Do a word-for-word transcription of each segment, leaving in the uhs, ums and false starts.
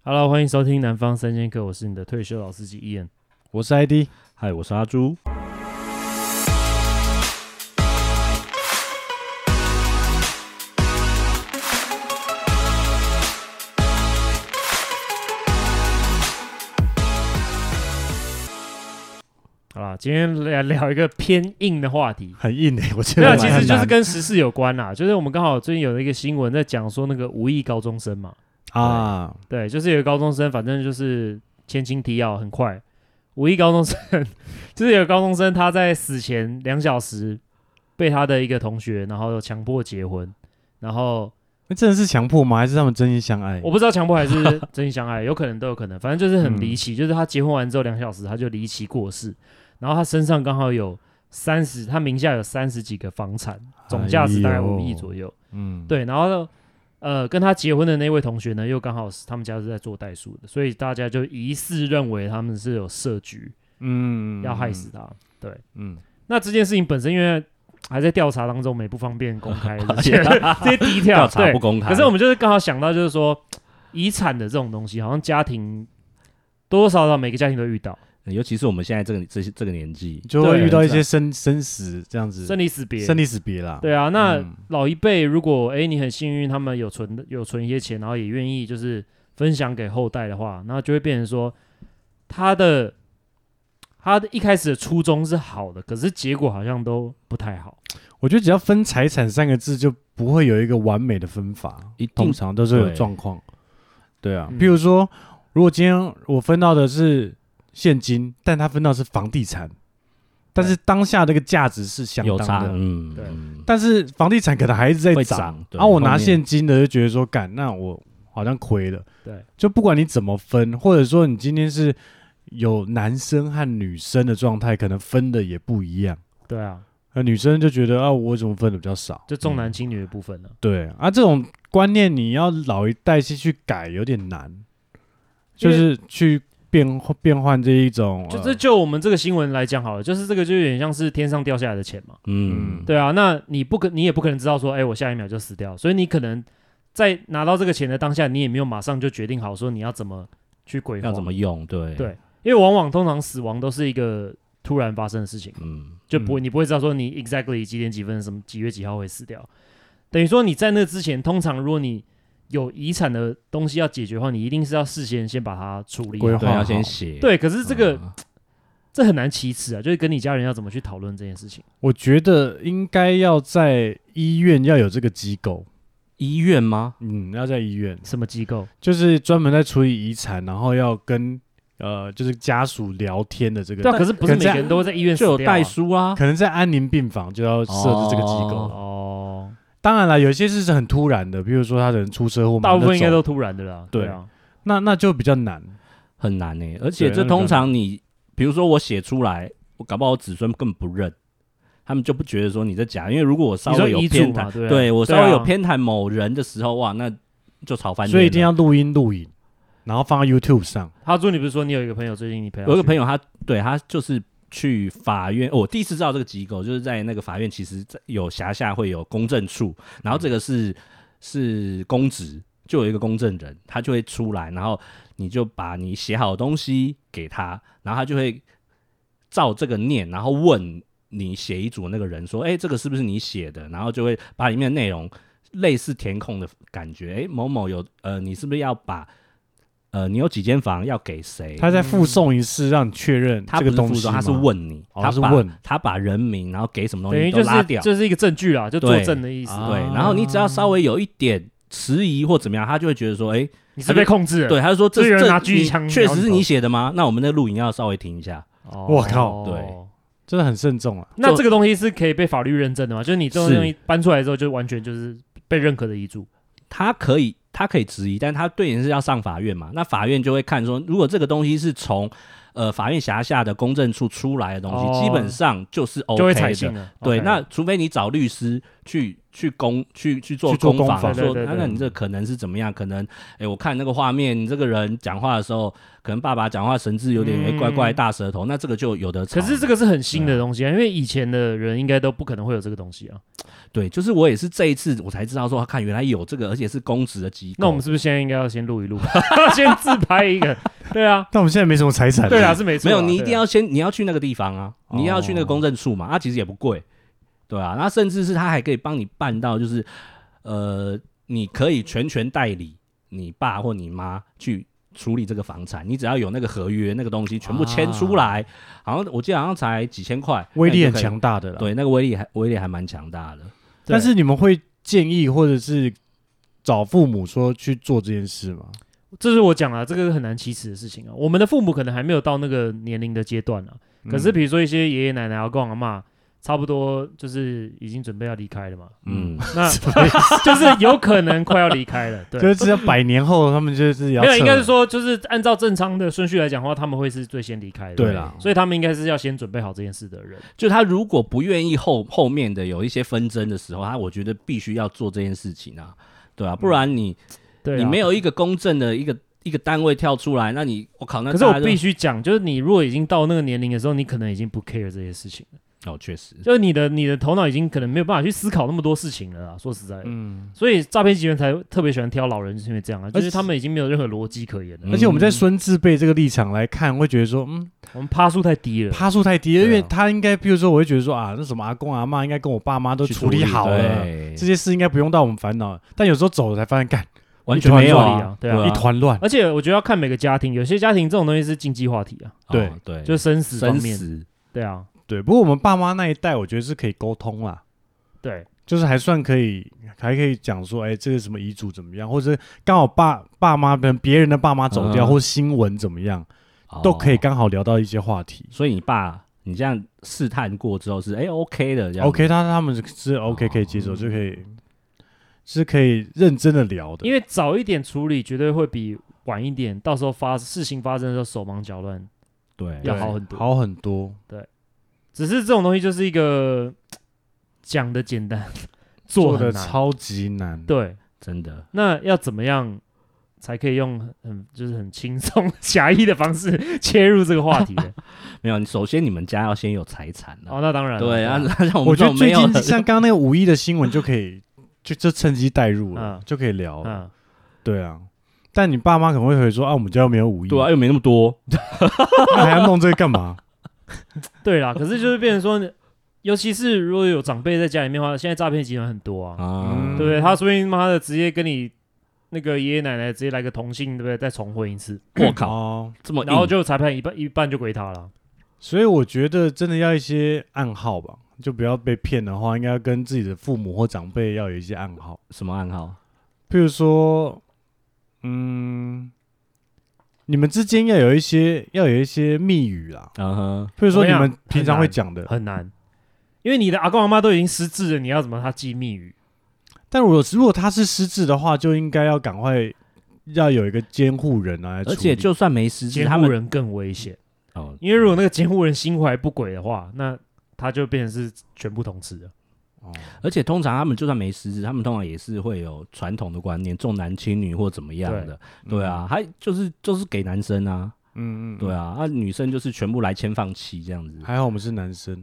Hello， 欢迎收听南方三剑客，我是你的退休老司机 Ian， 我是 I D， 嗨，我是阿朱。 好啦，今天来聊一个偏硬的话题， 很硬诶、欸，我觉得没有，其实就是跟时事有关啦。就是我们刚好最近有一个新闻在讲说那个无意高中生嘛， 啊， 对，就是有一个高中生，反正就是前情提要很快，无意高中生就是有个高中生他在死前两小时被他的一个同学，然后强迫结婚，然后那真的是强迫吗？还是他们真心相爱？ 我不知道强迫还是真心相爱，有可能都有可能，反正就是很离奇、嗯，就是他结婚完之后两小时他就离奇过世。然后他身上刚好有三十，他名下有三十几个房产，总价值大概五亿左右。嗯，对。然后呃，跟他结婚的那位同学呢，又刚好是他们家是在做代数的，所以大家就疑似认为他们是有设局，嗯，要害死他。对，嗯。那这件事情本身因为还在调查当中，我们也不方便公开这些这些低调， 调查不公开。 可是我们就是刚好想到，就是说遗产的这种东西，好像家庭多多少少每个家庭都遇到。 尤其是我们现在这个这些这个年纪， 就会遇到一些生生死这样子， 生离死别， 生离死别啦。 对啊，那、嗯、老一辈如果哎你很幸运，他们有存有存一些钱，然后也愿意就是分享给后代的话，那就会变成说他的他的一开始的初衷是好的，可是结果好像都不太好。 我觉得只要分财产三个字，就不会有一个完美的分法，通常都是有状况。对啊，譬如说，如果今天我分到的是现金，但他分到的是房地产，但是当下这个价值是相当的， 嗯， 对。 但是房地产可能还是在涨，然后、啊、我拿现金的就觉得说，干，那我好像亏了。 对， 就不管你怎么分，或者说你今天是有男生和女生的状态，可能分的也不一样。 对啊， 那女生就觉得啊，我怎么分的比较少， 就重男轻女的部分了、啊嗯。 对啊，这种观念你要老一代去改有点难，就是去。变变换这一种， 就是就我们这个新闻来讲好了，就是这个就有点像是天上掉下来的钱嘛，嗯，对啊，那你不可，你也不可能知道说，哎、欸，我下一秒就死掉，所以你可能在拿到这个钱的当下，你也没有马上就决定好说你要怎么去规划， 要怎么用，对对，因为往往通常死亡都是一个突然发生的事情，嗯，就不会、嗯、你不会知道说你 exactly 几点几分什么几月几号会死掉，等于说你在那之前，通常如果你有遗产的东西要解决的话，你一定是要事先先把它处理好， 规划要先写。 对，可是这个、嗯、这很难启齿啊，就是跟你家人要怎么去讨论这件事情。 我觉得应该要在医院要有这个机构。 医院吗？ 嗯，要在医院。 什么机构？ 就是专门在处理遗产，然后要跟呃，就是家属聊天的这个。 对啊，可是不是每个人都会在医院死掉、啊、 就有代书啊， 可能在安宁病房就要设置这个机构。哦。当然了，有些事是很突然的，比如说他的人出车祸， 大部分应该都突然的啦。 对, 对啊， 那那就比较难， 很难欸。而且这通常你，比如说我写出来，我搞不好我子孙根本不认，他们就不觉得说你在假。因为如果我稍微有偏袒， 对, 对我稍微有偏袒某人的时候，哇，那就吵翻天了。 所以一定要录音录影，然后放在 YouTube 上。 哈猪，你不是说你有一个朋友最近你陪他？ 有一个朋友他，对他就是去法院，我、哦、第一次知道这个机构，就是在那个法院，其实有辖下会有公证处，然后这个是是公职，就有一个公证人，他就会出来，然后你就把你写好的东西给他，然后他就会照这个念，然后问你写遗嘱的那个人说，哎、欸，这个是不是你写的？然后就会把里面的内容类似填空的感觉，哎、欸，某某有呃，你是不是要把呃，你有几间房要给谁？ 他在附送一次让你确认这个东西， 他是问你， 哦、 他是问他把人名，然后给什么东西都拉掉， 这、就是一个证据啦，就作证的意思。 对，然后你只要稍微有一点迟疑或怎么样，他就会觉得说，哎、欸， 你是被控制了。 对，他就说这这人拿狙击枪， 确实是你写的吗？那我们的录影要稍微停一下。 我、哦、靠， 对， 真的很慎重啊。 那这个东西是可以被法律认证的吗？就是你这种东西搬出来之后，就完全就是被认可的遗嘱。 他可以。他可以质疑，但他对你是要上法院嘛？那法院就会看说，如果这个东西是从呃法院辖下的公证处出来的东西， 哦、 基本上就是 OK 的， 就会采信了。 对， okay 那除非你找律师去去公去去做去做攻防， 攻防说对对对对那你这可能是怎么样？可能哎、欸，我看那个画面，你这个人讲话的时候，可能爸爸讲话神志有点、欸、怪怪大舌头，那这个就有的吵。 可是这个是很新的东西啊，因为以前的人应该都不可能会有这个东西啊。 对，就是我也是这一次我才知道说，看原来有这个，而且是公职的机构。 那我们是不是现在应该要先录一录，先自拍一个？对啊， 但我们现在没什么财产。 对啊，是没错。 没有，你一定要要先，你要去那个地方啊，你要去那个公证处嘛，它、啊、其实也不贵，对啊，那甚至是他还可以帮你办到，就是呃，你可以全权代理你爸或你妈去处理这个房产，你只要有那个合约那个东西全部签出来，啊、好像我记得好像才几千块， 威力很强大的啦。 对，那个威力还威力还蛮强大的。 但是你们会建议或者是找父母说去做这件事吗？ 这是我讲了，这个是很难启齿的事情啊。我们的父母可能还没有到那个年龄的阶段啊，可是比如说一些爷爷奶奶、阿公阿嬷，差不多就是已经准备要离开了嘛。嗯，那就是有可能快要离开了。对， 就是要百年后他们就是要没有，应该是说就是按照正常的顺序来讲的话，他们会是最先离开的。 对啦， 所以他们应该是要先准备好这件事的人。 就他如果不愿意后后面的有一些纷争的时候，他我觉得必须要做这件事情啊，对啊，不然你。 对啊、 你没有一个公正的一个一个单位跳出来，那你我靠，那可是我必须讲，就是你如果已经到那个年龄的时候，你可能已经不 care 这些事情了。 哦，确实， 就是你的你的头脑已经可能没有办法去思考那么多事情了啦。说实在的， 嗯， 所以诈骗集团才特别喜欢挑老人，就是因为这样啊，就是他们已经没有任何逻辑可言了。 而且我们在孙字辈这个立场来看，会觉得说，嗯， 我们趴数太低了， 趴数太低了，因为他应该，比如说，我会觉得说啊，那什么阿公阿嬷应该跟我爸妈都处理好了，这些事应该不用到我们烦恼。但有时候走了才发现，干。 完全没有啊，对啊， 一团乱。 而且我觉得要看每个家庭，有些家庭这种东西是禁忌话题啊， 对、 哦、对， 就是生死方面， 生死， 对啊， 对。不过我们爸妈那一代，我觉得是可以沟通啦， 对， 就是还算可以，还可以讲说，哎、欸，这个什么遗嘱怎么样，或者刚好爸爸妈跟别人的爸妈走掉，嗯、或新闻怎么样，哦、都可以刚好聊到一些话题。 所以你爸，你这样试探过之后是哎、欸、OK 的这样 ，OK， 他他们是 OK 可以接受，哦、就可以。是可以认真的聊的， 因为早一点处理绝对会比晚一点，到时候发事情发生的时候手忙脚乱， 对， 要好很多， 好很多。 对，只是这种东西就是一个讲的简单， 做的超级难， 对， 真的。 那要怎么样才可以用很就是很轻松狭义的方式切入这个话题呢？ 没有，首先你们家要先有财产哦，那当然， 对啊，像我们这种没有，我觉得最近像刚刚那个五一的新闻就可以。就就趁机带入了，嗯、就可以聊了、嗯。对啊，但你爸妈可能会回说啊，我们家又没有五亿， 对啊，又没那么多， 那还要弄这个干嘛？ 对啦，可是就是变成说，尤其是如果有长辈在家里面的话，现在诈骗集团很多啊，嗯、对不对？他说不定妈的直接跟你那个爷爷奶奶直接来个同姓，对不对？再重婚一次， 我靠，哦、这么硬， 然后就裁判一半一半就归他了。 所以我觉得真的要一些暗号吧。就不要被骗的话，应该要跟自己的父母或长辈要有一些暗号。 什么暗号？ 譬如说，嗯，你们之间要有一些要有一些密语啦。嗯哼。譬如说你们平常会讲的， 很难，因为你的阿公阿媽都已經失智了，你要怎麼他記密語？ 但如果如果他是失智的話，就應該要趕快要有一個監護人啊來處理。 而且就算沒失智， 監護人更危險哦，因為如果那個監護人心懷不軌的話，那他就變成是全部通吃了。 哦，而且通常他們就算沒失智，他們通常也是會有傳統的觀念，重男輕女或怎麼樣的。對，對啊，他就是就是給男生啊。嗯嗯，對啊，那、啊、女生就是全部來簽放棄這樣子。 還好我們是男生，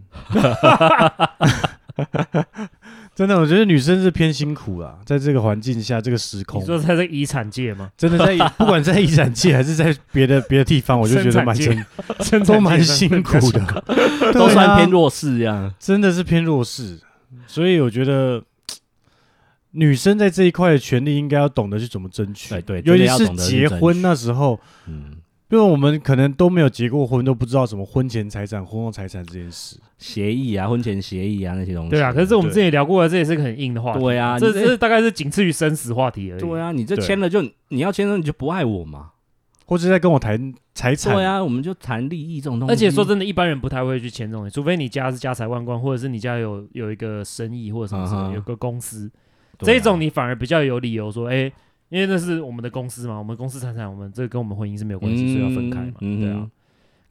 真的，我覺得女生是偏辛苦啦，在這個環境下，這個時空。 你說在這個遺產界嗎？ 真的在，不管在遺產界還是在別的別的地方，我就覺得蠻辛，都蠻辛苦的， 都算偏弱勢這樣， 真的是偏弱勢。所以我覺得。女生在這一塊的權利應該要懂得去怎麼爭取， 對對， 尤其是結婚那時候，嗯，因為我們可能都沒有結過婚，都不知道什麼婚前財產、婚後財產這件事， 協議啊、婚前協議啊那些東西。 對啊，可是我們之前也聊過了，這也是個很硬的話題。 對啊， 這這大概是僅次於生死話題而已。 對啊，你這簽了就你要簽了你就不愛我嘛， 或者在跟我談財產。 對啊，我們就談利益這種東西。 而且說真的，一般人不太會去簽這種，除非你家是家財萬貫，或者是你家有有一個生意或者什麼什麼、uh-huh. 有個公司。啊、這種你反而比較有理由說，哎，因為那是我們的公司嘛，我們公司財產，我們這個跟我們婚姻是沒有關係，嗯、所以要分開嘛，嗯、對啊。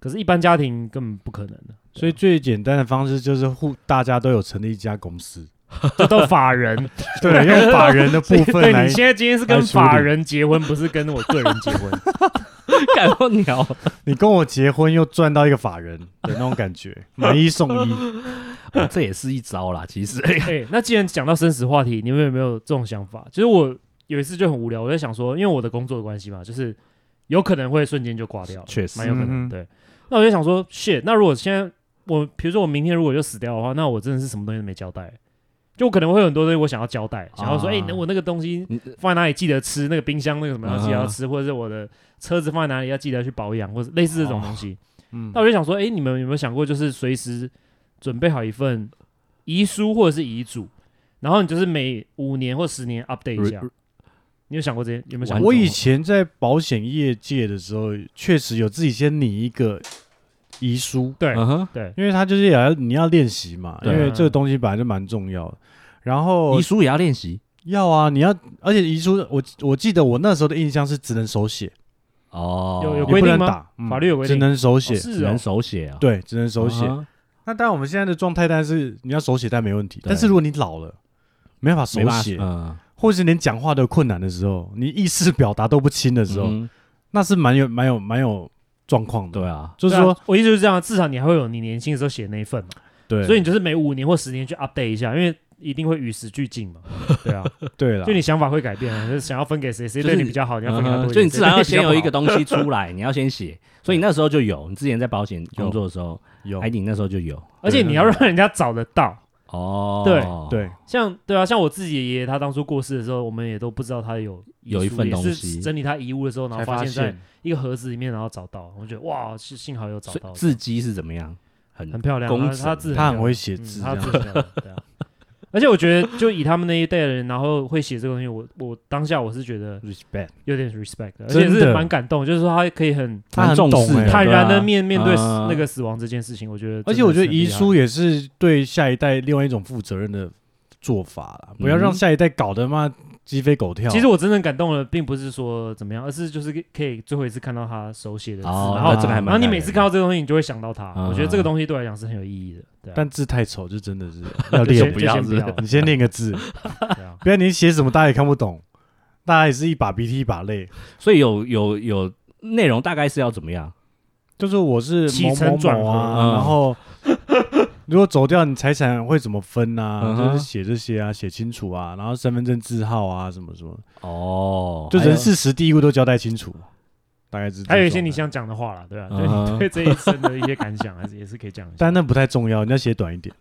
可是，一般家庭根本不可能的。 所以最简单的方式就是互大家都有成立一家公司， 这都法人， 对，用法人的部分来。 对，你现在今天是跟法人结婚，不是跟我个人结婚。 干我鸟！ 你跟我结婚又赚到一个法人的那种感觉，买一送一、 哦，这也是一招啦。其实， 哎、欸，那既然讲到生死话题，你们有没有这种想法？就是我有一次就很无聊，我在想说，因为我的工作的关系嘛，就是有可能会瞬间就挂掉， 确实蛮有可能。 嗯、 对，那我就想说 ，shit， 那如果现在我，比如说我明天如果就死掉的话，那我真的是什么东西都没交代。就我可能会有很多东西我想要交代，想要说，哎、啊欸，我那个东西放在哪里记得吃，那个冰箱那个什么要记得要吃，啊、或者是我的车子放在哪里要记得去保养，或者类似这种东西。哦、嗯，那我就想说，哎、欸，你们有没有想过，就是随时准备好一份遗书或者是遗嘱，然后你就是每五年或十年 update 一下。你有想过这些？有没有想过？ 我以前在保险业界的时候，确实有自己先拟一个遗书， 对、 uh-huh. 对， 因为他就是也要你要练习嘛，因为这个东西本来就蛮重要的。然后遗书也要练习， 要啊，你要，而且遗书，我我记得我那时候的印象是只能手写， 哦， 有有规定吗？ 打嗯、法律有规定， 只能手写， 哦是哦、 只能手写啊， 对，只能手写。 uh-huh. 那当然，我们现在的状态，但是你要手写，但没问题。但是如果你老了，没办法手写，嗯，或者是连讲话都有困难的时候，你意识表达都不清的时候，嗯、那是蛮有、蛮有、蛮有状况的。 对啊， 就是说、 啊，我意思就是这样，至少你还会有你年轻的时候写的那一份嘛。 对， 所以你就是每五年或十年去 update 一下，因为一定会与时俱进嘛。对啊， 对了， 就你想法会改变，就是想要分给谁，谁对你比较好，你要分给他多一点。 就你至少要先有一个东西出来，你要先写。所以你那时候就有，你之前在保险工作的时候，有，海底那时候就有， 而且你要让人家找得到。 哦， 对对， 像对啊，像我自己爷爷，他当初过世的时候，我们也都不知道他有有一份东西， 整理他遗物的时候，然后发现在一个盒子里面，然后找到，我觉得哇，幸好有找到。 字迹是怎么样？很很漂亮，他他字他很会写字， 他字很对啊。而且我觉得，就以他们那一代的人，然后会写这个东西，我我当下我是觉得 respect， 有点 respect， 而且是蛮感动，就是说他可以很他很重视、 坦然的面面对那个死亡这件事情，我觉得。 而且我觉得遗书也是对下一代另外一种负责任的做法啦，不要让下一代搞得嘛鸡飞狗跳。 其实我真正感动的，并不是说怎么样，而是就是可以最后一次看到他手写的字， 哦、 然后这个还蛮然后你每次看到这个东西，你就会想到他。 嗯、 我觉得这个东西对我来讲是很有意义的。对啊、 但字太丑，就真的是要练， 不要不要， 你先练个字，不然你写什么大家也看不懂，大家也是一把鼻涕一把泪。 所以有有有内容大概是要怎么样？ 就是我是某某某啊，嗯、然后。如果走掉，你财产会怎么分啊？嗯、就是写这些啊，写清楚啊，然后身份证字号啊，什么什么。 哦， 就人事时地物都交代清楚，大概是。 还有一些你想讲的话啦，对吧、啊？对、嗯、对这一生的一些感想，还是也是可以讲一下。 但那不太重要，你要写短一点。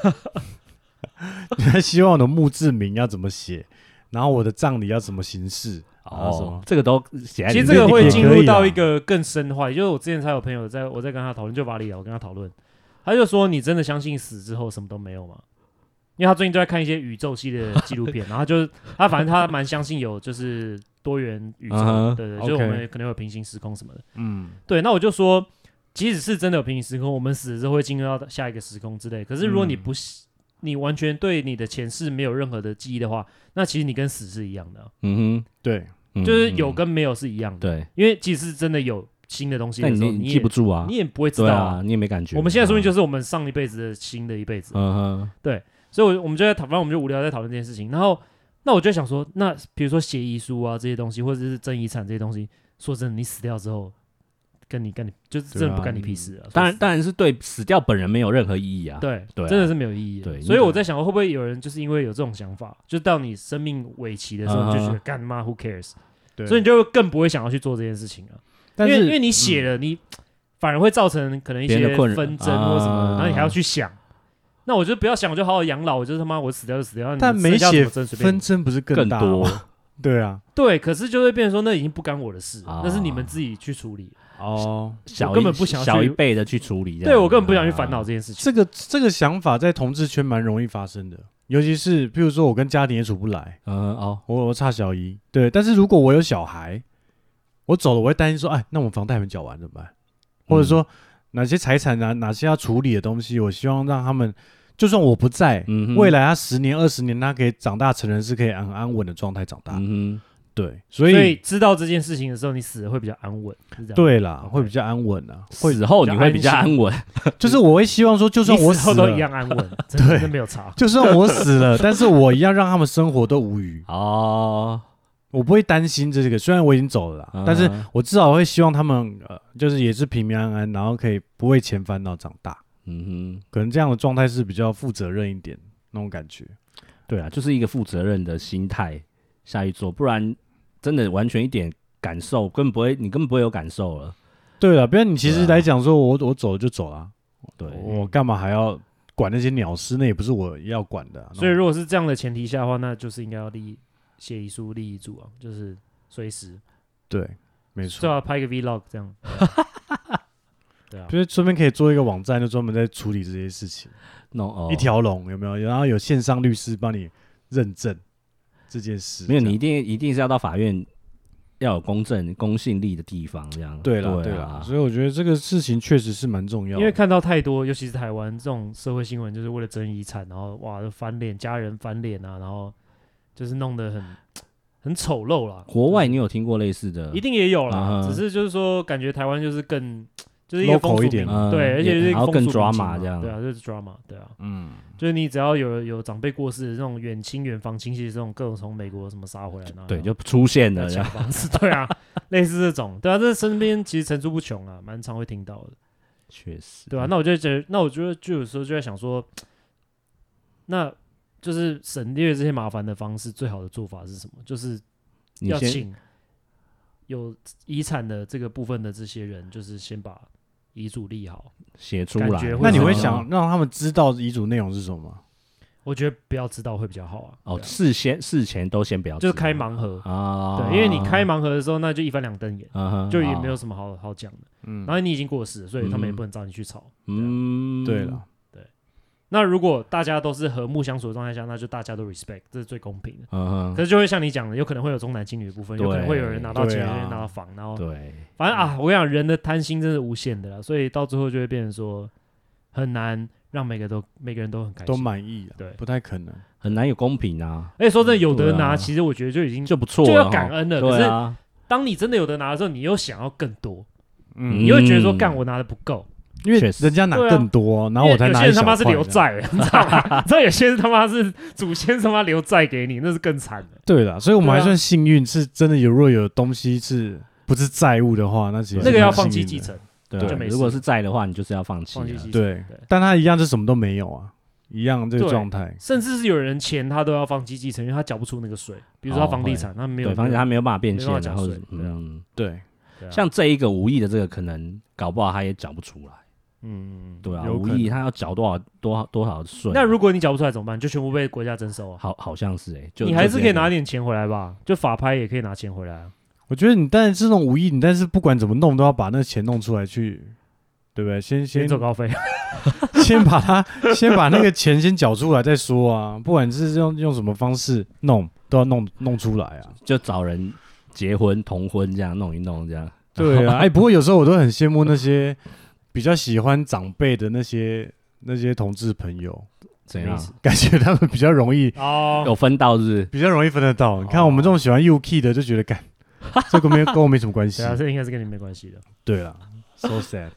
你还希望我的墓志铭要怎么写，然后我的葬礼要怎么形式？ 哦，这个都写在里面。 其实这个会进入到一个更深化，也就是我之前才有朋友在我在跟他讨论，就巴黎啊，我跟他讨论。他就说：“你真的相信死之后什么都没有吗？”因为他最近都在看一些宇宙系的纪录片，然后就是他反正他蛮相信有就是多元宇宙， uh-huh, 对对， okay. 就是我们可能有平行时空什么的。嗯，对。那我就说，即使是真的有平行时空，我们死了之后会进入到下一个时空之类。可是如果你不，嗯、你完全对你的前世没有任何的记忆的话，那其实你跟死是一样的。 嗯哼，对， 就是有跟没有是一样的。 对， 因为即使真的有。新的东西的时候， 你记不住啊， 你也不会知道啊，你也没感觉。 我们现在说明就是我们上一辈子的新的一辈子， 嗯哼， 对，所以我我们就在讨，反正我们就无聊在讨论这件事情。然后，那我就想说，那比如说写遗书啊这些东西，或者是争遗产这些东西，说真的，你死掉之后，跟你跟你就是真的不干你屁事啊。 当然，当然是对死掉本人没有任何意义啊。 对对， 真的是没有意义。 对， 所以我在想，会不会有人就是因为有这种想法，就到你生命尾期的时候，就觉得干妈 who cares， 所以你就更不会想要去做这件事情啊。因为因为你写了，嗯、你反而会造成可能一些纷争或什么，啊、然后你还要去想。那我就不要想，我就好好养老。我就他妈我死掉就死掉。 但没写纷争不是更大多？ 对啊， 对。可是就会变成说，那已经不干我的事，啊、那是你们自己去处理。 哦， 我根本不想小一辈的去处理。 对我根本不想去烦恼这件事情。 这个这个想法在同志圈蛮容易发生的，尤其是譬如说我跟家庭也处不来，嗯哦，我我差小姨，对。但是如果我有小孩。我走了，我会担心说，哎，那我们房贷还没缴完怎么办？或者说哪些财产啊，哪些要处理的东西，我希望让他们，就算我不在，嗯、未来他十年、二十年，他可以长大成人，是可以很安稳的状态长大。嗯、 对，所以所以知道这件事情的时候，你死的会比较安稳，是这样。 对啦，会比较安稳啊。 死后你会比较安稳， 就是我会希望说，就算我死了你死后都一样安稳，真的没有差。 就算我死了，但是我一样让他们生活都无虞哦。 我不会担心这个，虽然我已经走了啦，嗯、但是我至少会希望他们呃，就是也是平平安安，然后可以不会嫌烦恼长大。嗯哼，可能这样的状态是比较负责任一点那种感觉。 对啊，就是一个负责任的心态下去做，不然真的完全一点感受根本不会，你根本不会有感受了。 对了，不然你其实来讲说我我走了就走了， 对， 我干嘛还要管那些鸟事？那也不是我要管的、啊。 所以如果是这样的前提下的话，那就是应该要立写遗书、立遗嘱啊，就是随时。 对，没错。 最好拍个 vlog 这样。对啊， 就是顺便可以做一个网站，就专门在处理这些事情。 No, oh. 一条龙有没有？然后有线上律师帮你认证这件事。 没有，你一定一定是要到法院，要有公正、公信力的地方，这样。 对啦，对啦。所以我觉得这个事情确实是蛮重要的。 因为看到太多，尤其是台湾这种社会新闻，就是为了争遗产，然后哇，就翻脸，家人翻脸啊，然后就是弄得很很丑陋啦。 国外你有听过类似的？ 一定也有啦， uh-huh. 只是就是说，感觉台湾就是更。就是一个风俗一点， 嗯、对，而且是然后更 drama 这样， 对啊，就是 drama， 对啊，嗯，就是你只要有有长辈过世的这种远亲远房亲戚，这种各种从美国什么杀回来， 对，就出现了抢房子，对啊，类似这种，对啊，这身边其实层出不穷啊，蛮常会听到的， 确实， 对啊，那我就觉得，那我觉得就有时候就在想说，那就是省略这些麻烦的方式，最好的做法是什么？就是要请有遗产的这个部分的这些人，就是先把遗嘱立好， 写出来。 那你会想让他们知道遗嘱内容是什么吗？ 我觉得不要知道会比较好啊。 哦，事先事前都先不要知道， 就是开盲盒啊。 对，因为你开盲盒的时候，那就一翻两瞪眼， 啊、 就也没有什么好好讲的。嗯，然后你已经过世了，所以他们也不能找你去吵。 嗯， 对了。 那如果大家都是和睦相处的状态下，那就大家都 respect， 这是最公平的。 嗯、 可是就会像你讲的，有可能会有重男轻女的部分，有可能会有人拿到钱，有人拿到房，然后对， 反正啊，我跟你讲，人的贪心真是无限的啦，所以到最后就会变成说很难让每个都每个人都很开心， 都满意了， 对， 不太可能， 很难有公平啊。 而且说真的，有得拿，其实我觉得就已经就不错了， 就要感恩了。 对啊， 可是当你真的有得拿的时候，你又想要更多，嗯，你会觉得说干我拿的不够。 因为人家拿更多，啊、然后我才拿一小块。有些人他妈是留债，你知道吗？你知道有些人他妈是祖先他妈留债给你，那是更惨的。 对啦，所以我们还算幸运，是真的有。如果有东西是不是债务的话，那其实那个要放弃继承。 对，就如果是债的话，你就是要放弃。 对，但他一样是什么都没有啊，一样这个状态。 甚至是有人钱他都要放弃继承，因为他缴不出那个税。比如说他房地产，他没有， 房地产他没有办法变现， 然后嗯， 对。 像这一个无意的这个，可能搞不好他也缴不出来。嗯，对啊，无意他要缴多少多多少税？ 那如果你缴不出来怎么办？就全部被国家征收啊？ 好，好像是哎、欸，就你还是可以拿点钱回来吧，就法拍也可以拿钱回来啊。 我觉得你当然是那种无意，你但是不管怎么弄都要把那个钱弄出来去，对不对？先先走高飞， 先把它先把那个钱先缴出来再说啊。不管是用用什么方式弄，都要弄弄出来啊。 就找人结婚同婚这样弄一弄这样。 对啊，哎，不过有时候我都很羡慕那些。比较喜欢长辈的那些那些同志朋友， 怎样？ 感觉他们比较容易哦， 有分到是不是？ 比较容易分得到。你看我们这种喜欢 U K 的，就觉得干这个没跟我没什么关系。 对啊，这应该是跟你没关系的。 对啦 ，so sad。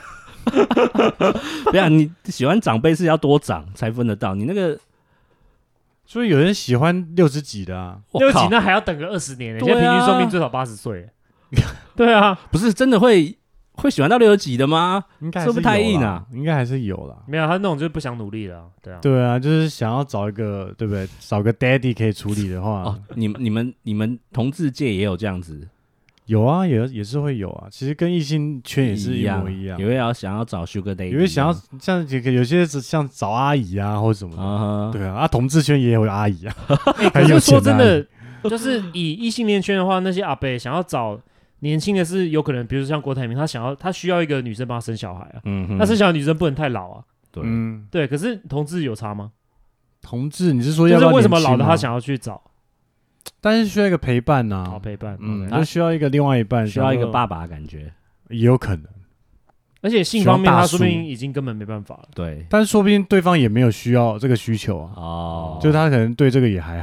对啊，你喜欢长辈是要多长才分得到？你那个， 所以有人喜欢六十几的啊， 六十几那还要等个二十年呢、欸。现在平均寿命最少八十岁。对啊， 不是真的会。会喜欢到六十几的吗？ 应该是不太硬啊，应该还是有啦。 没有，他那种就是不想努力了，对啊。 对啊，就是想要找一个，对不对？找个 daddy 可以处理的话。 哦，你们、你们、你们同志界也有这样子？ 有啊，也也是会有啊。其实跟异性圈也是一模一样。 有些要想要找 sugar daddy， 有些想要像有些像找阿姨啊，或者什么的。Uh-huh. 对啊，啊，同志圈也有阿姨啊。 欸、可是说真的，就是以异性恋圈的话，那些阿伯想要找。年轻的是有可能，比如说像郭台铭，他想要他需要一个女生帮他生小孩啊，嗯，那生小孩女生不能太老啊， 对， 嗯， 对。可是同志有差吗？ 同志，你是说要不要就是为什么老的他想要去找？ 但是需要一个陪伴呐、啊， 好陪伴， 嗯，就需要一个另外一半， 需要一个爸爸的感觉， 也有可能。 而且性方面，他说不定已经根本没办法了， 对。 但是说不定对方也没有需要这个需求啊，哦，就他可能对这个也还好。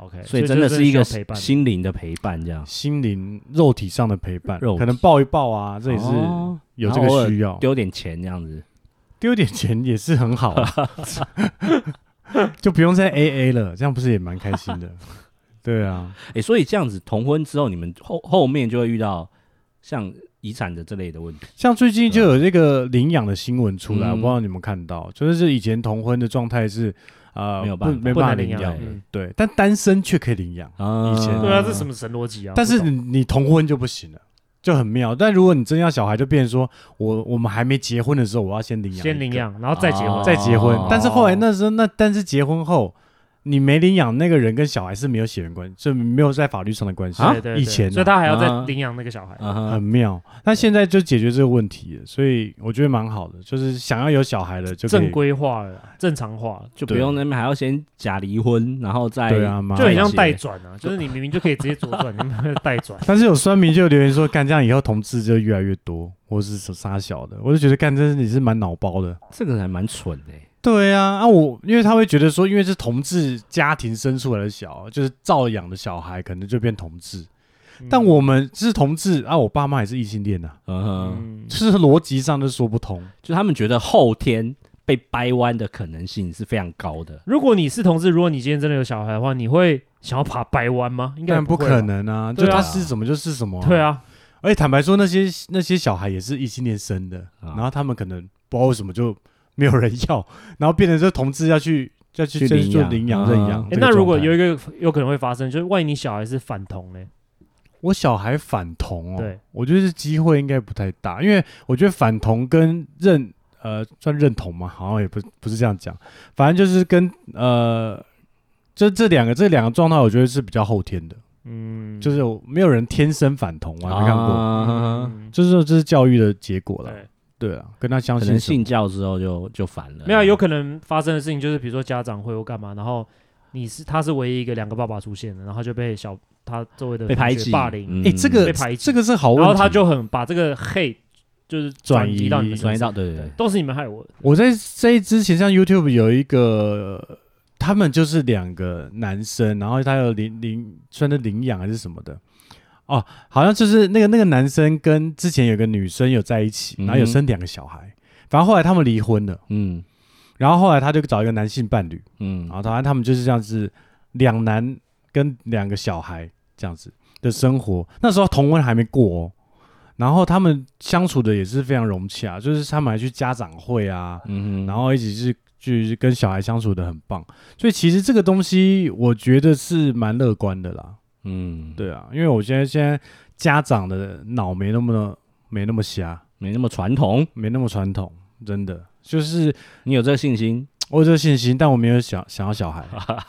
OK， 所以真的是一个心灵的陪伴，这样心灵肉体上的陪伴， 肉体可能抱一抱啊，这也是有这个需要， 丢点钱这样子， 丢点钱也是很好啊，就不用再 A A 了，这样不是也蛮开心的？对啊， 哎、欸，所以这样子同婚之后，你们后后面就会遇到像遗产的这类的问题。 像最近就有这个领养的新闻出来，我不知道你们看到，就是以前同婚的状态是呃没有办法没办法领养的，对，但单身却可以领养。以前对啊，这什么神逻辑啊？ 但是你同婚就不行了。就很妙，但如果你真要小孩，就变成说我我们还没结婚的时候，我要先领养， 先领养，然后再结婚， 再结婚。但是后来那时候，那但是结婚后，你没领养那个人跟小孩是没有血缘关系，就没有在法律上的关系。 对对对， 以前、啊， 所以他还要再领养那个小孩， 啊、很妙。但现在就解决这个问题了，所以我觉得蛮好的，就是想要有小孩了就可以正规化了，正常化了， 就不用那边还要先假离婚，然后再对啊， 就很像代转啊，就是你明明就可以直接左转，你们代转。 但是有酸民就留言说，干这样以后同志就越来越多，或是杀小的，我就觉得干真的你是蛮脑包的， 这个还蛮蠢的、欸。 对啊，啊我因为他会觉得说，因为是同志家庭生出来的小，就是照养的小孩，可能就变同志。嗯、但我们是同志啊，我爸妈也是异性恋啊，嗯，就是逻辑上就说不通， 就他们觉得后天被掰弯的可能性是非常高的。 如果你是同志，如果你今天真的有小孩的话，你会想要把掰弯吗？应该不, 不可能啊，就他是什么就是什么、啊。 对啊， 而且坦白说，那些那些小孩也是异性恋生的、啊，然后他们可能不知道为什么就没有人要，然后变成这同志要去要去做领养认养、 欸。那如果有一个有可能会发生，就是万一你小孩是反同呢？ 我小孩反同哦， 对， 我觉得这机会应该不太大，因为我觉得反同跟认呃算认同嘛，好像也不不是这样讲，反正就是跟呃这这两个这两个状态，我觉得是比较后天的，嗯，就是没有人天生反同，我还没看过，啊嗯、就是说这是教育的结果了。对啊，跟他相信， 可能信教之后就就反了。 没有，有可能发生的事情就是，比如说家长会或干嘛，然后你是他是唯一一个两个爸爸出现的，然后就被小他周围的被排挤、 霸凌， 哎、嗯，这个被排挤， 这个是好问题。 然后他就很把这个 hate 就是转移到你们身上， 转移到对对对， 都是你们害我的。 我在这之前，像 YouTube 有一个，他们就是两个男生，然后他有领领算是领养还是什么的。哦，好像就是那个那个男生跟之前有个女生有在一起，然后有生两个小孩，嗯、反正后来他们离婚了，嗯，然后后来他就找一个男性伴侣，嗯，然后当然他们就是这样子，两男跟两个小孩这样子的生活，那时候同婚还没过哦，然后他们相处的也是非常融洽，就是他们还去家长会啊，嗯，然后一起去去跟小孩相处的很棒，所以其实这个东西我觉得是蛮乐观的啦。嗯，对啊，因为我现在现在家长的脑没那么没那么瞎， 没那么传统， 没那么传统，真的就是你有这个信心， 我有这个信心，但我没有想想要小孩。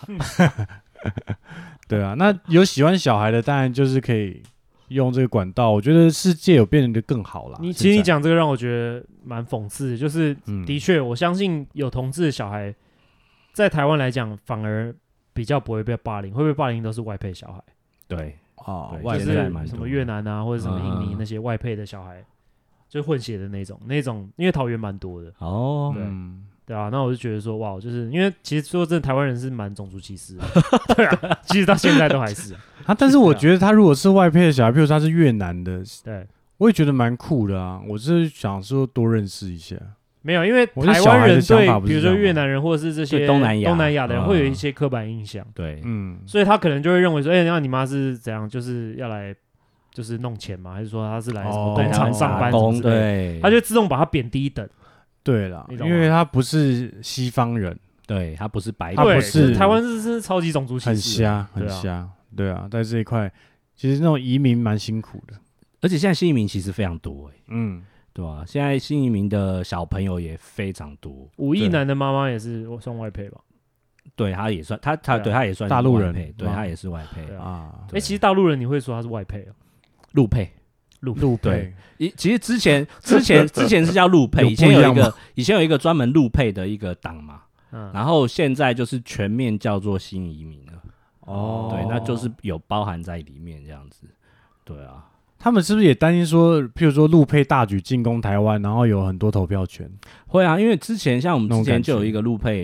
对啊，那有喜欢小孩的，当然就是可以用这个管道。我觉得世界有变得更好啦。 你其实你讲这个让我觉得蛮讽刺的，就是、嗯、的确，我相信有同志的小孩，在台湾来讲，反而比较不会被霸凌，会被霸凌都是外配小孩。 对哦， 就是什么越南啊，或者什么印尼那些外配的小孩，嗯、就混血的那种，那种因为桃园蛮多的哦，对、嗯、对啊，那我就觉得说哇，就是因为其实说真的，台湾人是蛮种族歧视的，对啊，其实到现在都还是啊。 啊但是我觉得他如果是外配的小孩，比如说他是越南的， 对， 我也觉得蛮酷的啊。我是想说多认识一下。 没有，因为台湾人对比如说越南人或者是这些东南亚东南亚的人会有一些刻板印象， 对， 嗯，所以他可能就会认为说，哎、欸，那你妈是怎样，就是要来就是弄钱吗？还是说他是来什么工厂上班什么之类的？对，他就自动把他贬低一等。 对啦，因为他不是西方人， 对他不是白人， 他不是台湾是是超级种族歧视， 很瞎，很瞎，对啊，在这一块其实那种移民蛮辛苦的， 而且现在新移民其实非常多、欸，嗯。对啊，现在新移民的小朋友也非常多。 五亿男的妈妈也是算外配吧？ 对，他也算，他他对他也算大陆人， 对他也是外配啊。哎、欸，其实大陆人你会说他是外配啊？ 陆配， 陆陆配。 其实之前之前之前是叫陆配，以前有一个以前有一个专门陆配的一个党嘛，嗯、然后现在就是全面叫做新移民了。哦，对，那就是有包含在里面这样子。对啊。 他们是不是也担心说，譬如说陆配大举进攻台湾，然后有很多投票权？ 会啊，因为之前像我们之前就有一个陆配，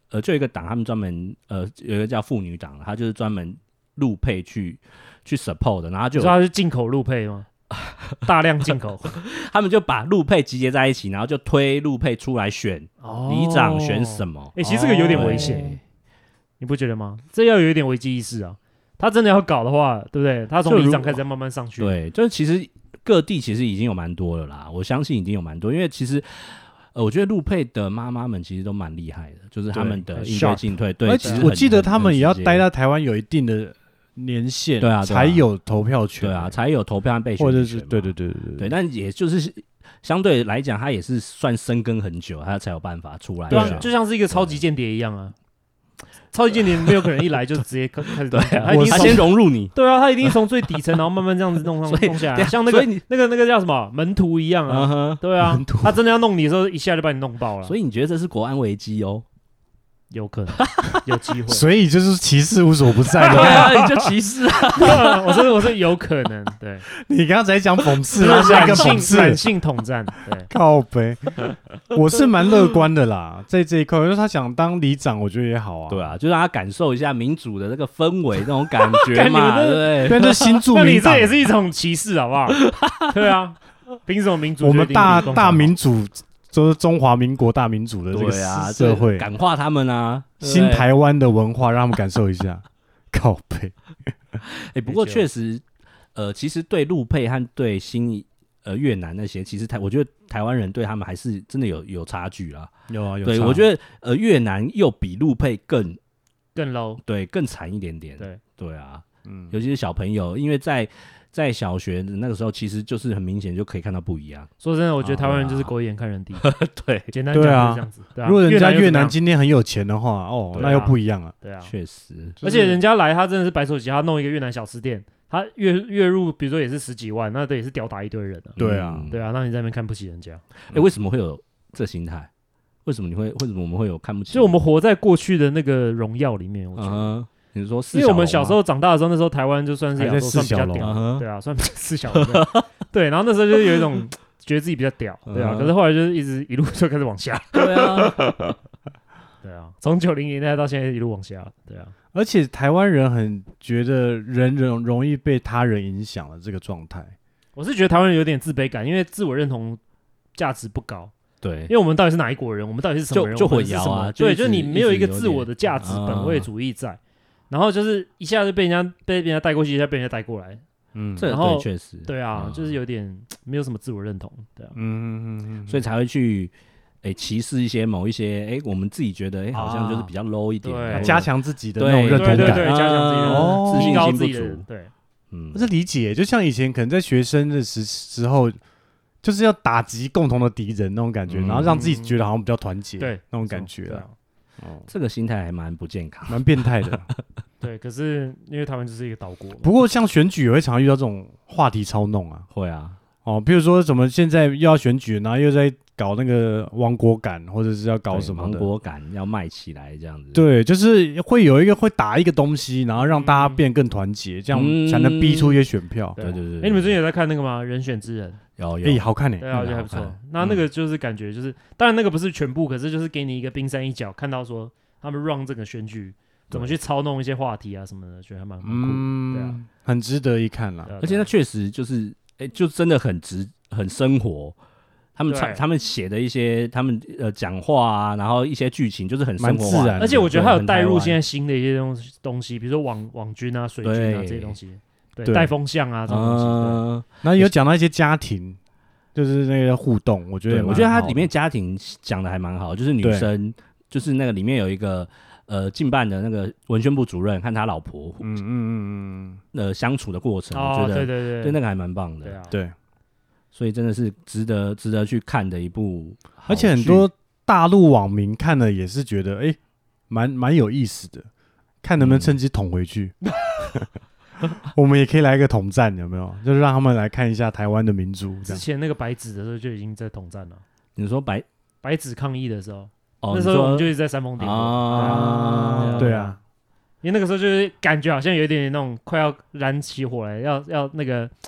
呃，就有一个党，他们专门呃有一个叫妇女党，他就是专门陆配去去 support 的，然后就你说他是进口陆配吗？大量进口， 他们就把陆配集结在一起，然后就推陆配出来选里长选什么。 哎、欸，其实这个有点危险、欸，你不觉得吗？这要有一点危机意识啊。他真的要搞的话，对不对？他从里长开始慢慢上去。 对，就是其实各地其实已经有蛮多了啦，我相信已经有蛮多，因为其实。呃，我觉得陆配的妈妈们其实都蛮厉害的，就是他们的应对进退。对， 而且我记得他们也要待在台湾有一定的年限， 对啊， 才有投票权， 对啊，才有投票和被选或者是对对对对对, 对。但也就是相对来讲，他也是算深耕很久，他才有办法出来。 对啊，就像是一个超级间谍一样啊。超级间谍没有可能一来就直接开始对啊，他先融入你。 对啊，他一定从最底层，然后慢慢这样子弄上弄下来，像那个那个那个叫什么门徒一样啊。Uh-huh, 对啊，他真的要弄你的时候，一下就把你弄爆了。 所以你觉得这是国安危机哦？ 有可能，有机会。 所以就是歧视无所不在对啊，你就歧视啊！ 我说我说有可能，对。 你刚才讲讽刺，那下一个讽刺， 软性统战，对。 靠北，我是蛮乐观的啦，在这一块，就是他想当里长，我觉得也好啊。 对啊，就让他感受一下民主的那个氛围，那种感觉嘛，对不对？ 但是新住民党， 那你这也是一种歧视，好不好？对啊，凭什么民主？ 我们大大民主。都是中华民国大民主的这个社会， 啊、感化他们啊， 新台湾的文化让他们感受一下。靠北， 哎、欸，不过确实，呃，其实对陆配和对新呃越南那些，其实台我觉得台湾人对他们还是真的有有差距啦。 有啊，有对，我觉得呃越南又比陆配更更 low， 对，更惨一点点。 对对啊， 嗯， 尤其是小朋友，因为在。在小学的那个时候，其实就是很明显就可以看到不一样。 说真的，我觉得台湾人就是狗眼看人低。 对， 简单讲就是这样子。对啊， 如果人家越南今天很有钱的话，哦，那又不一样了。 对啊， 确实。 而且人家来，他真的是白手起家，他弄一个越南小吃店，他月月入比如说也是十几万，那这也是吊打一堆人的。 对啊， 对啊，那你在那边看不起人家。 哎，为什么会有这心态？为什么你会？为什么我们会有看不起？ 就我们活在过去的那个荣耀里面，我觉得。 你说因为我们小时候长大的时候，那时候台湾就算是亚洲算比较屌， uh-huh. 对啊，算四小龙。对，然后那时候就有一种觉得自己比较屌，对啊。Uh-huh. 可是后来就是一直一路就开始往下， 对啊， 对啊，从九零年代到现在一路往下，对啊。 而且台湾人很觉得人容容易被他人影响的这个状态， 我是觉得台湾人有点自卑感，因为自我认同价值不高。 对， 因为我们到底是哪一国人，我们到底是什么人， 就混淆啊。 对，就是你没有一个自我的价值本位主义在。然后就是一下就被人家被人家带过去，一下被人家带过来， 嗯，这对确实， 对啊、嗯，就是有点没有什么自我认同，对啊， 嗯嗯嗯， 所以才会去诶歧视一些某一些诶我们自己觉得诶好像就是比较 low 一点， 对， 加强自己的那种认同感， 对对对，加强自己的哦， 自信心不足， 对， 嗯，我是理解，就像以前可能在学生的时时候，就是要打击共同的敌人那种感觉，然后让自己觉得好像比较团结，对，那种感觉啊。 哦，这个心态还蛮不健康， 蛮变态的。 对，可是因为台湾就是一个岛国， 不过像选举也会常遇到这种话题操弄啊， 会啊， 哦，比如说怎么现在又要选举，然后又在搞那个亡国感，或者是要搞什么亡国感要卖起来这样子。 对，就是会有一个会打一个东西，然后让大家变更团结，嗯、这样才能逼出一些选票。 对对对。 哎、欸，你们最近有在看那个吗？人选之人。 有有， 哎、欸，好看呢、欸， 对啊，我觉得还不错。那那个就是感觉就是，当然那个不是全部，可是就是给你一个冰山一角，看到说他们 run 这个选举怎么去操弄一些话题啊什么的，觉得还蛮酷，嗯，对啊， 很值得一看啦。 而且那确实就是，哎、欸，就真的很直，很生活。他们他们写的一些，他们呃讲话啊，然后一些剧情就是很生活化， 自然。 而且我觉得他有带入现在新的一些东西，东西比如说网网军啊、水军啊这些东西，对，带风向啊这种东西。嗯、 然后有讲到一些家庭。就是那个互动，我觉得， 我觉得它里面家庭讲的还蛮好，就是女生，就是那个里面有一个呃进办的那个文宣部主任和他老婆，嗯嗯嗯嗯，呃相处的过程， 哦、 我觉得对对对， 对那个还蛮棒的， 对啊， 对， 所以真的是值得值得去看的一部， 而且很多大陆网民看了也是觉得，哎、欸，蛮蛮有意思的，看能不能趁机捅回去。嗯我们也可以来一个统战，有没有？就是让他们来看一下台湾的民主。 之前那个白纸的时候就已经在统战了。 你说白白纸抗议的时候， 哦、 那时候我们就一直在煽风点火啊，对啊， 因为那个时候就是感觉好像有一点点那种快要燃起火来，要要那个对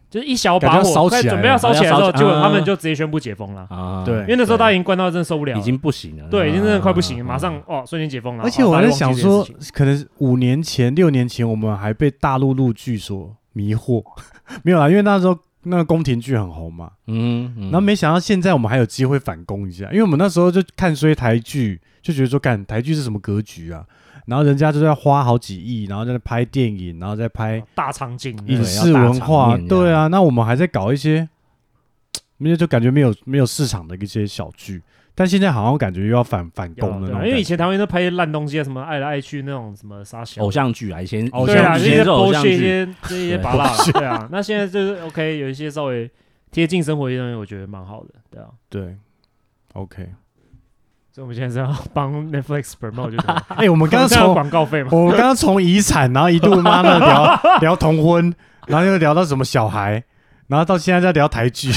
就是一小把火快准备要烧起来的时候，结果他们就直接宣布解封了。啊， 对， 因为那时候大家已经关到真的受不了了， 已经不行了。 对，已经真的快不行了，马上哦瞬间解封了。 而且我在想说，可能五年前、六年前我们还被大陆陆剧所迷惑，没有啦，因为那时候那个宫廷剧很红嘛。嗯，然后没想到现在我们还有机会反攻一下，因为我们那时候就看衰台剧，就觉得说，干台剧是什么格局啊？然后人家就在花好几亿，然后在拍电影，然后再拍大场景、 影视文化，对啊。那我们还在搞一些，因为就感觉没有没有市场的一些小剧，但现在好像感觉又要反反攻了。 因为以前台湾都拍一些烂东西啊，什么爱来爱去那种什么啥小偶像剧啊，以前偶像剧、这些剥削一些这些拔蜡，对啊。那现在就是 OK， 有一些稍微贴近生活的东西，我觉得蛮好的，对啊。 对 ，OK。 所以我们现在是要帮 Netflix promote 就可以。 哎、欸，我们刚刚从广告费嘛， 我们刚刚从遗产，然后一度妈的聊聊同婚，然后又聊到什么小孩，然后到现在在聊台剧。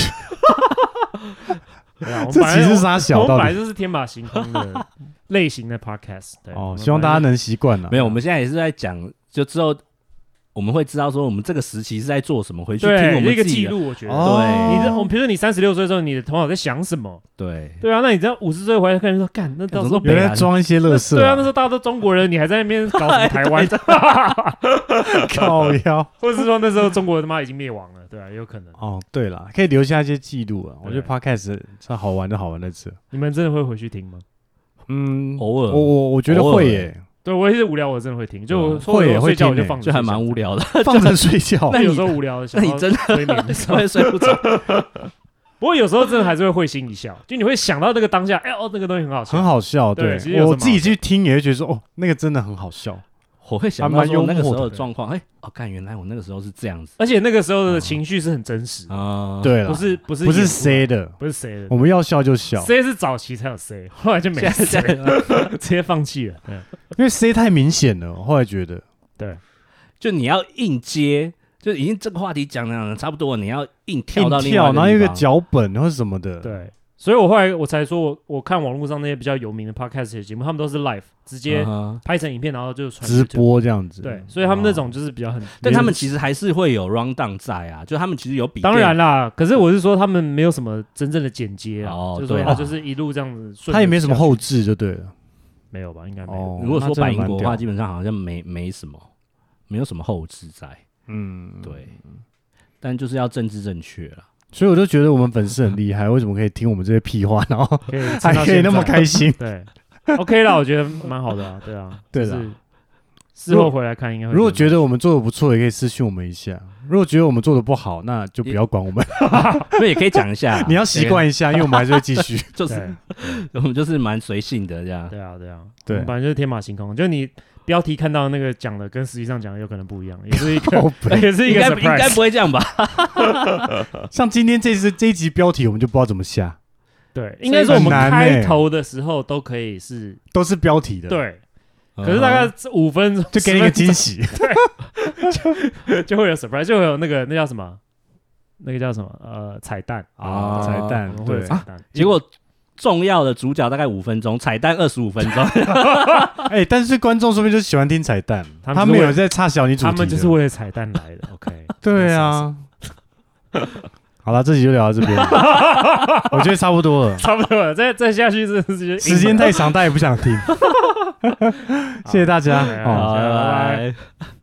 对啊， 这其实是啥小？ 我们本来就是天马行空的类型的 podcast。对哦，希望大家能习惯了。 没有，我们现在也是在讲，就之后。我们会知道说我们这个时期是在做什么，回去听我们自己的一个记录。我觉得， 哦、 对，你我比如说你三十六岁的时候，你的头脑在想什么？ 对， 对啊，那你这样五十岁回来看，说干，那到时候原来装一些垃圾、啊。 对啊，那时候大家都中国人，你还在那边搞什么台湾？ 靠腰， 或者是说那时候中国他妈已经灭亡了，对啊，也有可能。 哦，对了，可以留下一些记录啊。我觉得 podcast 是好玩的，好玩的这。 你们真的会回去听吗？ 嗯， 偶尔， 我我我觉得会耶。 对，我也是无聊，我真的会听，就我会也会睡觉我就放着， 就还蛮无聊的， 放着睡觉。 那有时候无聊的时候， 那你真的催眠的时候会睡不着。 不过有时候真的还是会会心一笑，就你会想到那个当下，哎哦，那个东西很好笑， 很好笑。对，我自己去听也会觉得说，哦，那个真的很好笑。 我会想到说那个时候的状况，哎，哦，看原来我那个时候是这样子， 而且那个时候的情绪是很真实啊，对了， 不是不是不是 C 的， 不是 C 的， 我们要笑就笑 ，C 是早期才有 C， 后来就没 C 了，直接放弃了，对， 因为 C 太明显了，我后来觉得， 对， 就你要硬接，就已经这个话题讲的差不多了，你要硬跳到另外一个地方，然后有一个脚本或者什么的， 对。所以我后来我才说我，我看网络上那些比较有名的 podcast 的节目，他们都是 live 直接拍成影片，然后就传直播这样子。 对，所以他们那种就是比较很， 但他们其实还是会有 round down 在啊，就他们其实有比。 当然啦，可是我是说他们没有什么真正的剪接啊，哦、就是说他就是一路这样子顺。 他也没什么后置就对了， 没有吧？应该没有。哦、 如果说百英国的话，基本上好像没没什么，没有什么后置在。嗯，对。但就是要政治正确啦。 所以我就觉得我们粉丝很厉害，为什么可以听我们这些屁话，然后还可以那么开心？ 对 ，OK 啦，我觉得蛮好的啊，对啊， 对的。 事后回来看，应该如果觉得我们做的不错，也可以私讯我们一下；如果觉得我们做的不好，那就不要管我们。 那也可以讲一下， 你要习惯一下，因为我们还是会继续。 就是我们就是蛮随性的这样。 对啊，对啊， 对， 反正就是天马行空，就你。标题看到那个讲的跟实际上讲的有可能不一样，也是一个，也是一个 surprise， 应该不会这样吧？ 像今天这次这一集标题，我们就不知道怎么下。 对，应该是我们开头的时候都可以是都是标题的， 对。可是大概五分钟就给你一个惊喜， 对，就会有 surprise， 就会有那个那叫什么，那个叫什么呃彩蛋啊，彩蛋， 会有彩蛋， 结果。重要的主角大概五分钟，彩蛋二十五分钟。 哎、欸，但是观众说不定就是喜欢听彩蛋，他们没有在插小你主题， 他们就是为了彩蛋来的。OK， 对啊。好了，这集就聊到这边，我觉得差不多了， 差不多了。再再下去，真的是时间太长，大家也不想听。谢谢大家， 好，拜拜。